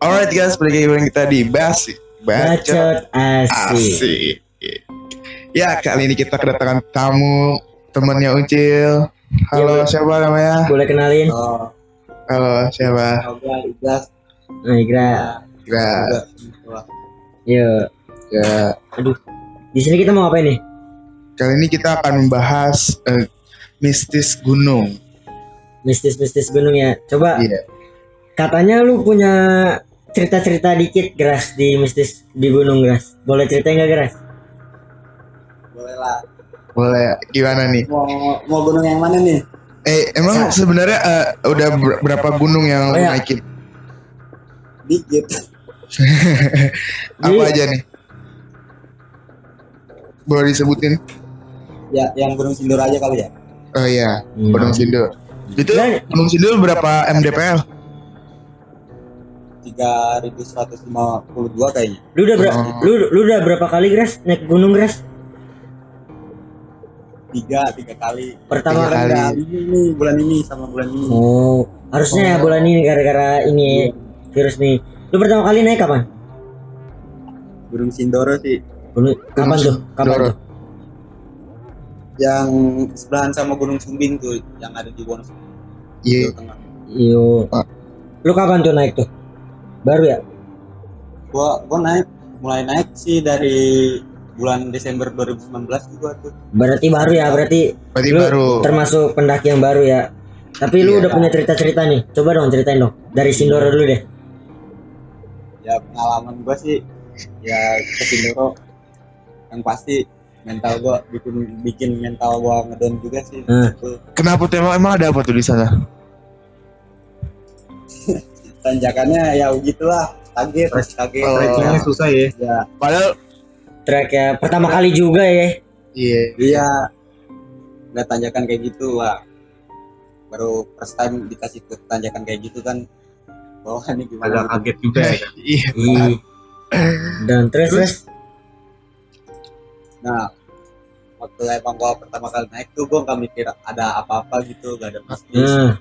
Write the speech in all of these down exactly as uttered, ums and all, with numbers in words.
Alright guys, balik lagi bareng kita di Basi Bacot Asik. Asik. Ya, kali ini kita kedatangan tamu, temannya Uncil. Halo, Ya, siapa namanya? boleh kenalin? Oh, Halo, siapa? Oga, Ikhlas. Nah, Igra. Ya, Yuk. ya. Aduh. Di sini kita mau apa ini? Kali ini kita akan membahas eh, mistis gunung. Mistis-mistis gunung ya. Coba. Iya. Katanya lu punya cerita-cerita dikit, Gras, di mistis di gunung, Gras. Boleh ceritain nggak, Gras? Boleh lah. Boleh, gimana nih? Mau mau gunung yang mana nih? Eh, emang sebenarnya eh, udah ber- berapa gunung yang Oh, lu ya. naikin? Dikit. Apa Jadi- aja nih? Boleh disebutin? Ya, yang Gunung Sindur aja kali ya. Oh iya, Hmm. Gunung Sindur. Itu Nah, Gunung Sindur berapa M D P L? tiga ribu seratus lima puluh dua kayaknya. lu udah ber- Oh. lu lu udah berapa kali, Gras, naik gunung, Gras? Tiga, tiga kali. Pertama Tiga kali. kali. Bulan ini, nih, bulan ini sama bulan ini. Oh, harusnya ya bulan ini gara-gara ini virus nih. Lu pertama kali naik kapan? Gunung Sindoro sih. Gunung, kapan tuh? Kapan Sindoro. tuh? Yang sebelahan sama Gunung Sumbing tuh, yang ada di Wonosobo. Iya. Jawa Tengah. Iyo. Ah. Lu kapan tuh naik tuh? Baru ya? Gua gua naik mulai naik sih dari bulan Desember dua ribu sembilan belas juga tuh. Berarti baru ya, berarti Berarti lu baru. termasuk pendaki yang baru ya. Tapi lu Iya. udah punya cerita-cerita nih. Coba dong ceritain dong. Dari Sindoro dulu deh. Ya pengalaman gua sih ya ke Sindoro yang pasti mental gua bikin bikin mental gua ngedown juga sih. Hmm. Itu Kenapa tuh emang, emang ada apa tuh di sana? tanjakannya ya begitulah, kaget kaget Oh. trekkingnya susah ya. ya. Padahal Trek ya pertama kali juga ya. iya. Iya, nggak tanjakan kayak gitu lah, baru first time dikasih ke tanjakan kayak gitu kan bawaannya gimana. kaget juga ya. Iya. Ih. Dan terus terus. Nah waktu emang gua pertama kali naik tuh gua nggak mikir ada apa-apa gitu, gak ada mistis. Hmm.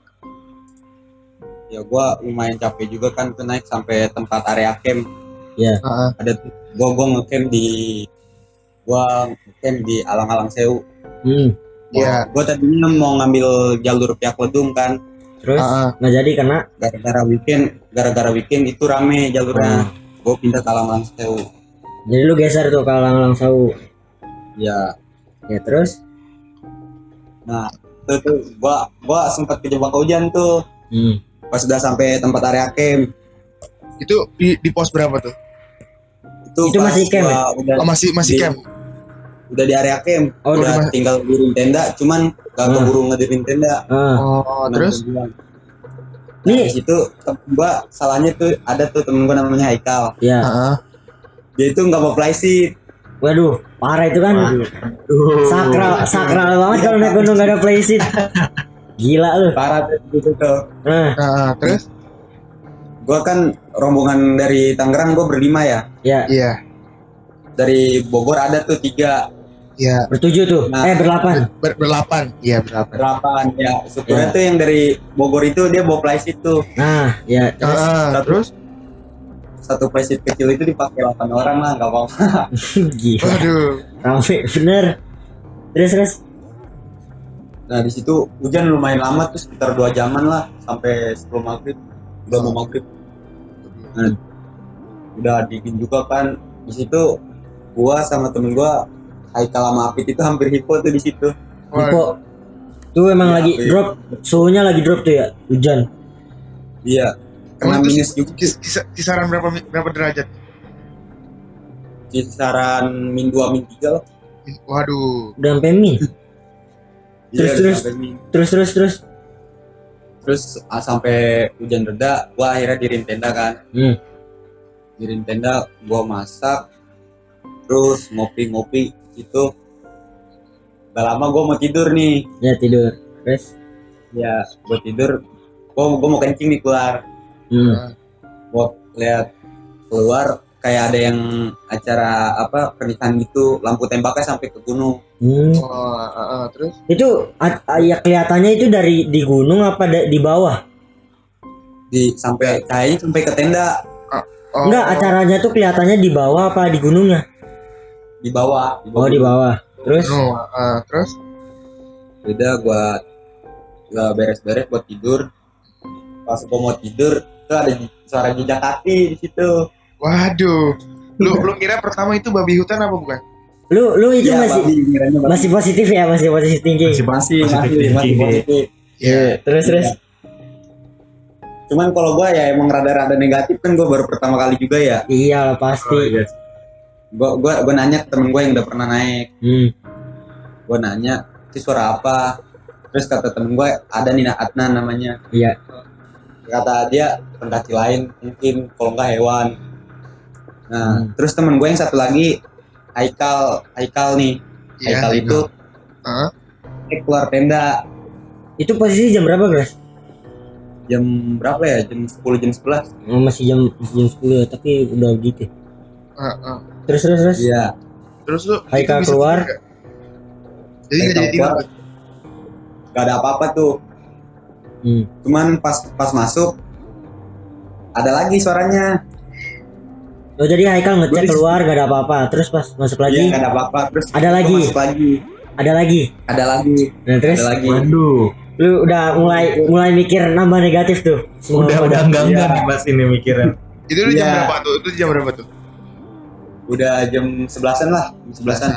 Ya gua lumayan capek juga kan tuh naik sampai tempat area camp. Ya. Heeh. Ada tuh gua gua ngecamp di gua ngecamp di Alang-Alang Sewu. Hmm. Iya. Gua tadinya mau ngambil jalur Pihak Ledung kan, Terus Heeh. nggak jadi karena gara-gara weekend gara-gara weekend itu rame jalurnya. Gua pindah ke Alang-Alang Sewu. jadi lu geser tuh ke Alang-Alang Sawu. Ya, Ya terus. nah itu tuh gua gua sempat kejebak hujan tuh Hmm. pas sudah sampai tempat area camp. Itu di, di pos berapa tuh? Itu pas masih camp gua udah Oh, masih masih di- camp. udah di area camp. Oh, udah udah- tinggal diriin tenda, cuman gak Hmm. keburu ngedirin tenda. Ah. Oh, terus Nah, Nih. di situ temen gua salahnya tuh ada tuh temen gua namanya Haikal. Ya. Heeh. Dia itu nggak bawa playseat. Waduh, parah itu kan. Sakral, sakral banget kalau naik gunung gak ada playseat. Gila lu. Parah tuh gitu tuh. Nah, Heeh, terus Gua kan rombongan dari Tangerang, gua berlima ya. ya iya. Dari Bogor ada tuh tiga, Iya, bertujuh tuh. Nah. Eh berlapan. ber- berlapan. Iya, berlapan. delapan ya. Syukurnya Ya. tuh yang dari Bogor itu dia bawa playseat tuh. Nah, ya terus. Heeh, terus Satu playseat kecil itu dipakai delapan orang lah, nggak apa-apa. Gila. waduh. Rame bener. Terus terus. Nah di situ hujan lumayan lama tuh, sekitar dua jaman lah sampai sebelum maghrib. Udah mau maghrib. Nah, udah dingin juga kan. Di situ gua sama temen gua Haikal sama Apit itu hampir hipo tuh di situ. Info. Tuh emang Ya, lagi iya. drop. Suhunya lagi drop tuh ya. Hujan. Iya. Kena Emang minus itu juga, kis- kis- kisaran berapa berapa derajat? kisaran min dua min tiga lah. Waduh. Udah sampai min. Terus, Iya, terus. sampai min. Terus terus terus. Terus ah, sampai hujan reda, gua akhirnya diriin tenda kan. Hmm. Diriin tenda, gua masak, terus ngopi-ngopi itu. Gak lama gua mau tidur nih. Ya tidur. Terus. Ya, gua tidur. Gua, gua mau kencing nih keluar. Hmm. Gua lihat keluar kayak ada yang acara apa pernikahan gitu, lampu tembaknya sampai ke gunung. Hmm. Oh, heeh, terus Itu a- a- ya kelihatannya itu dari di gunung apa da- di bawah? di sampai cahayanya sampai ke tenda. Oh, Enggak, acaranya tuh kelihatannya di bawah apa di gunungnya? Di bawah. Oh, di bawah. Terus? no, uh, terus? Udah gua gua beres-beres buat tidur. Pas gua mau tidur, tuh ada suara jejak kaki di situ. Waduh, lu lu kira pertama itu babi hutan apa bukan? Lu lu itu Iya, masih babi, ngiranya babi. masih positif ya, masih positif tinggi. masih masih Positive masih, thinking, masih deh. positif. Iya. Terus terus. Cuman kalau gua ya emang rada-rada negatif kan, gua baru pertama kali juga ya. Iya lah pasti. Oh, iya. Gua gua gua nanya ke temen gua yang udah pernah naik. Hmm. Gua nanya, "Itu suara apa?" Terus kata temen gua, "Ada Nina Adnan namanya." Iya. Kata dia pendaki lain mungkin, kalau enggak hewan. Nah, Hmm. terus temen gue yang satu lagi Haikal, Haikal nih. Iya, Haikal itu Hah? dia keluar tenda Itu posisi jam berapa, Guys? jam berapa ya? Jam sepuluh, jam sebelas. Oh, masih jam masih jam sepuluh ya, tapi udah gitu. Uh, uh. Terus terus terus. Iya. Terus lu Haikal itu bisa keluar. tidur nggak? Jadi nggak Haikal jadi tidur. keluar. Gak ada apa-apa tuh. Hmm. Cuman pas pas masuk ada lagi suaranya. Oh, jadi Haikal Gua ngecek di- keluar gak ada apa-apa. Terus pas masuk Iya, lagi, gak ada apa-apa. Terus Ada gua lagi? Masuk lagi. ada lagi. Ada lagi. Nah, terus Ada lagi. Waduh, lu udah mulai mulai mikir nambah negatif tuh. Semua udah pada- udah enggak enggak Iya. nih Mas ini mikirin. Itu lu jam Iya. berapa tuh? Itu jam berapa tuh? Udah jam sebelasan lah, jam sebelasan.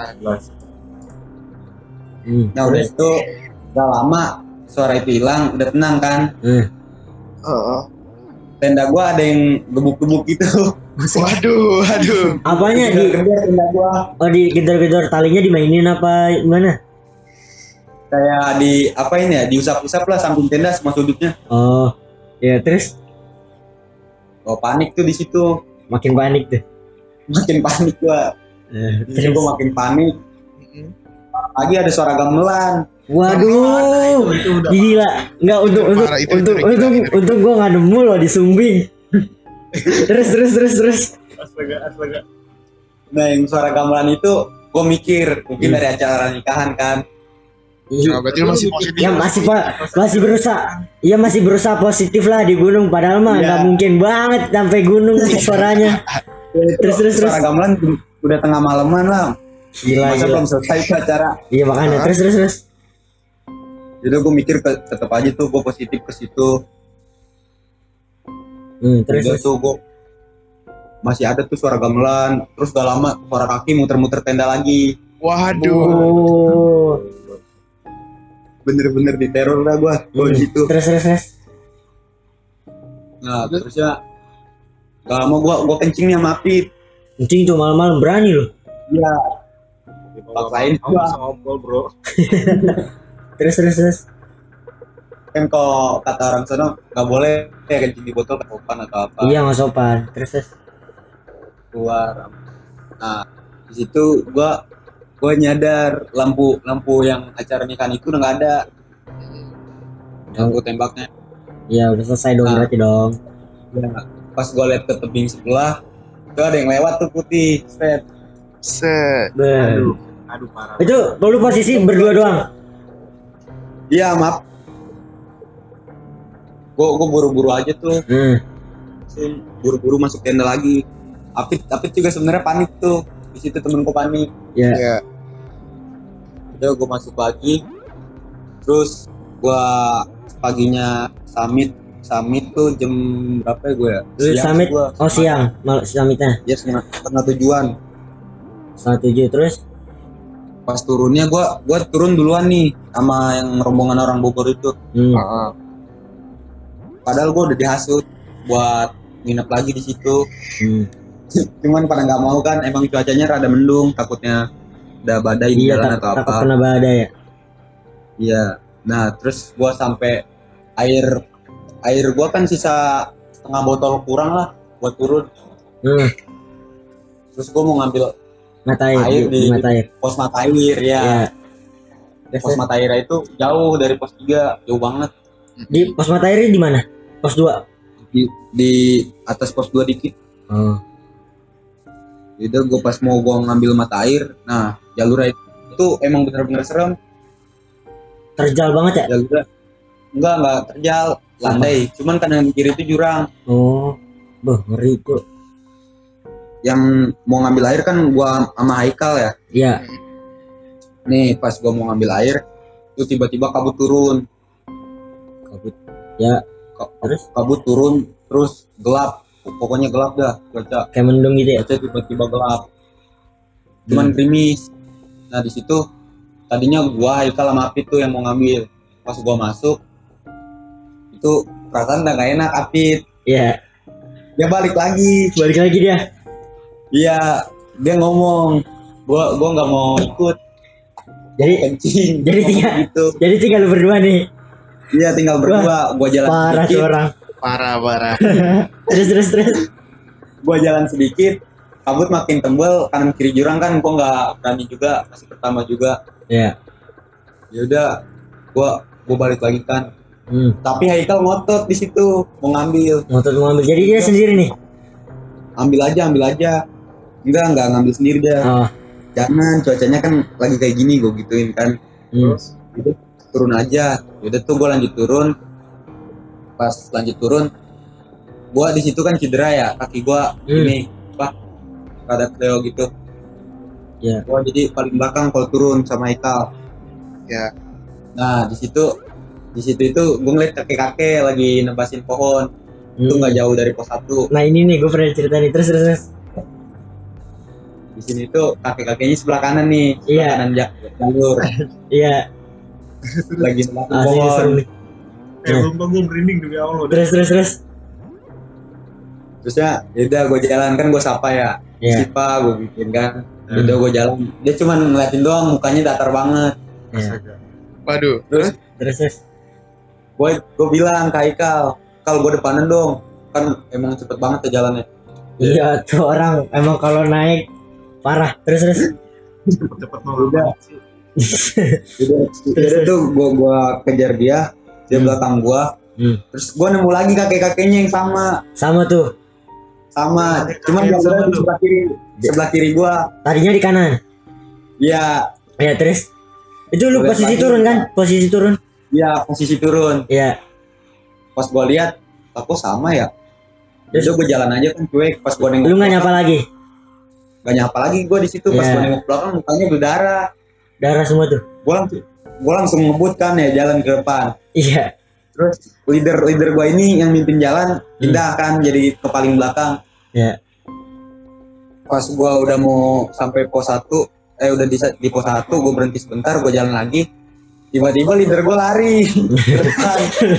Hmm. Nah, udah itu udah lama suara itu hilang, udah tenang kan. Hmm. Oh, Tenda gua ada yang gebuk-gebuk gitu. waduh, waduh. Apanya di Gede tenda gua. oh di gedor-gedor talinya dimainin apa gimana? Kayak di apa ini ya, diusap-usap lah samping tenda semua sudutnya. Oh, ya terus Oh, panik tuh di situ. makin panik tuh. Makin panik gua. Eh, Di situ terus, gua makin panik. Lagi ada suara gamelan. waduh, Itu udah gila. Enggak untuk untuk Parah, itu- untuk itu udah untuk gila, itu untuk gua nggak nemu loh di Sumbing. terus terus terus terus. astaga astaga. Nah, yang suara gamelan itu gua mikir mungkin Hmm. dari acara nikahan kan. Iya. Nah, berarti lu masih positif. Ya masih pak masih berusaha ya masih berusaha positif lah di gunung padahal mah Iya. nggak mungkin banget sampai gunung suaranya. Terus terus terus. Suara gamelan udah tengah malaman lah. Gila Masa gila. belum selesai tuh acara. Iya makanya Hah? terus terus terus. Jadi gue mikir ke, tetep aja tuh gue positif ke situ. Hmm, terus Udah terus. tuh gue masih ada tuh suara gamelan. Terus gak lama suara kaki muter-muter tenda lagi. Waduh. Oh. Bener-bener diteror lah gue. Gue Hmm, gitu. Terus terus terus. Nah terusnya gak lama gue gue kencing nih sama Apit. Kencing itu malam-malam berani loh. Iya. Paksain Kamu gua. bisa ngobrol bro. Terus terus terus. Kan kalau kata orang sono gak boleh ya kencing di botol kepopan atau apa. Iya nggak sopan. Terus terus. Keluar. Nah di situ gue gue nyadar lampu lampu yang acara nikahan itu udah nggak ada. Lampu tembaknya. Iya udah selesai dong Ah. berarti dong. Ya, pas gue liat ke tebing sebelah, itu ada yang lewat tuh putih, set. Set. Be. Aduh, aduh parah. Itu lu posisi berdua doang. Iya maaf. Gue gue buru-buru aja tuh, Hmm. langsung buru-buru masuk tenda lagi. Apit Apit juga sebenarnya panik tuh, di situ temenku panik. Ya. Ya. Udah gue masuk lagi, terus gue paginya summit, summit tuh jam berapa ya gue ya? Lu summit gua. oh siang mal summitnya Ya setengah, setengah tujuan. setengah tujuh terus. Pas turunnya gue gue turun duluan nih sama yang rombongan orang Bogor itu. Hmm. Ah, ah. Padahal gue udah dihasut buat nginep lagi di situ. Hmm. Cuman pada nggak mau kan, emang cuacanya rada mendung, takutnya ada badai di Iya jalan tak, atau takut apa. kena badai ya. Iya. Nah terus gue sampai air air gue kan sisa setengah botol kurang lah buat turun. Hmm. Terus gue mau ngambil Mata air, Air di, di di- mata air. pos mata air ya. Ya. Pos mata air itu jauh dari pos tiga, jauh banget. Di pos mata air di mana? Pos dua. Di, di atas pos dua dikit. Oh. Jadi gue pas mau gue ngambil mata air, nah jalur itu emang bener-bener serem. Terjal banget ya? Jalurnya enggak enggak terjal landai, cuman kanan kiri itu jurang. Oh, boh ngeri tuh. Yang mau ngambil air kan gua sama Haikal ya. Iya. Nih pas gua mau ngambil air, tuh tiba-tiba kabut turun. Kabut. Ya. Ka- Terus? kabut turun, terus gelap. Pokoknya gelap dah cuaca. Kayak mendung gitu ya. Cuaca tiba-tiba gelap. Cuman Hmm. gerimis. Nah di situ tadinya gua Haikal sama Apit tuh yang mau ngambil. Pas gua masuk, itu perasaan udah gak enak Apit. Iya. Dia balik lagi. Balik lagi dia. Iya, dia ngomong, gua gua nggak mau ikut Jadi kencing. Jadi Ngomong tinggal- gitu. jadi tinggal lu berdua nih. Iya tinggal berdua. Gua jalan Parah tuh sedikit. orang. Parah parah. Terus terus terus. Gua jalan sedikit. Kabut makin tebel kanan kiri jurang kan. Gua nggak berani juga. Masih pertama juga. Iya. Ya udah, gua gua balik lagi kan. Hmm. Tapi Haikal ngotot di situ mau ngambil. Ngotot mau ambil. Jadi dia sendiri nih. Ambil aja, ambil aja. Enggak, enggak ngambil sendiri dia. Oh. Jangan, cuacanya kan lagi kayak gini, gue gituin kan. Hmm. Itu turun aja. Yaudah tuh gue lanjut turun. Pas lanjut turun, gue di situ kan cedera ya, kaki gue ini apa? Ada kleo gitu. Iya. Gue jadi paling belakang kalau turun sama Haikal. Ya. Nah di situ di situ itu gue ngeliat kakek-kakek lagi nebasin pohon. Itu Hmm. nggak jauh dari pos satu. Nah ini nih gue pernah cerita nih. Terus terus terus. Di sini tuh kakek-kakeknya sebelah kanan nih, sebelah Iya. kanan ja- jalur Iya. lagi nebasin Asli pohon. seru nih. Eh, sumpah gue merinding demi Allah. Terus terus terus. Terusnya yaudah gue jalan kan gue sapa ya. Iya. Siapa gue bikin kan. Udah gue jalan. Dia cuma ngeliatin doang, mukanya datar banget. Iya. Waduh. Terus Terus terus. gue gue bilang ke Haikal, Kal gue depanan dong. Kan emang cepet banget ya jalannya. Iya tuh orang emang kalau naik parah. Terus terus. Cepet-cepet mau Udah. ngapain sih? Udah, udah tuh gue gue kejar dia, dia Hmm. belakang gue. Hmm. Terus gue nemu lagi kakek-kakeknya yang sama, Sama tuh. sama. Kakek-kakek Cuma yang yang sama di tuh. sebelah kiri, sebelah kiri gue. Tadinya di kanan. Iya, Ya terus. Itu lu Boleh posisi lagi. turun kan? Posisi turun. iya posisi turun. Iya. Pas gue lihat, aku sama ya. Terus? Terus gue jalan aja kan cuek. Pas gue nengok, Lu nggak nyapa lagi? gak nyapa lagi gue di situ. Pas Iya. gue nengok belakang mukanya berdarah. Darah semua tuh. Gue langsung gue langsung ngebut kan ya jalan ke depan. Iya. Terus leader leader gue ini yang mimpin jalan pindah kan jadi ke paling belakang. Iya. Pas gue udah mau sampai pos satu, eh udah di, di pos satu, gue berhenti sebentar, gue jalan lagi. Tiba-tiba leader gue lari ke depan.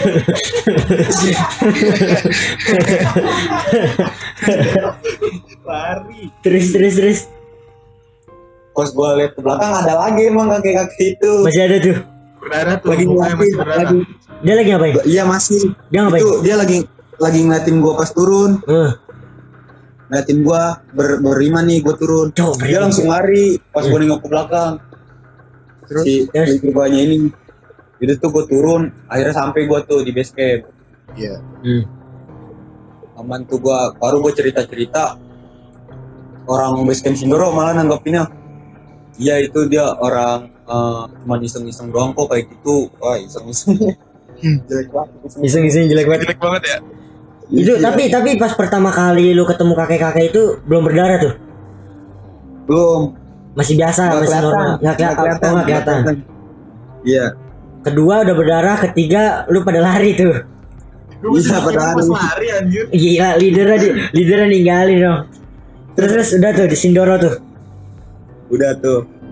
Lari. Terus terus terus. Pas gue lihat ke belakang ada lagi emang kakek-kakek itu. Masih ada tuh. Berdarah tuh. Lagi Mukanya ngeliatin, masih berdarah. lagi, Dia lagi ngapain? iya masih. Dia ngapain? Itu dia lagi lagi ngeliatin gue pas turun, Eh, ngeliatin gue ber, berlima nih gue turun. Cok, Dia langsung lari pas gue nengok ke belakang. Terus? Si Terus? leader guanya ini. Itu tuh gue turun, akhirnya sampai gue tuh di base camp. Iya. Hmm. Aman tuh gua, baru gue cerita-cerita orang basecamp Sindoro malah nanggapinnya iya itu dia orang uh, cuma iseng-iseng doang kok kayak gitu. Wah iseng-iseng jelek banget iseng-iseng. Iseng-iseng jelek banget. Jelek banget ya. Itu Iya. tapi tapi pas pertama kali lu ketemu kakek-kakek itu belum berdarah tuh. belum Masih biasa, nggak masih normal. kelihatan Nggak kelihatan. Oh, nggak kelihatan. Iya Kedua udah berdarah, ketiga lu pada lari tuh. Gue masih Iya, mikir padahal- pas lari anjir. Gila, leadernya di leadernya ninggalin dong. Terus terus udah tuh di Sindoro tuh. udah tuh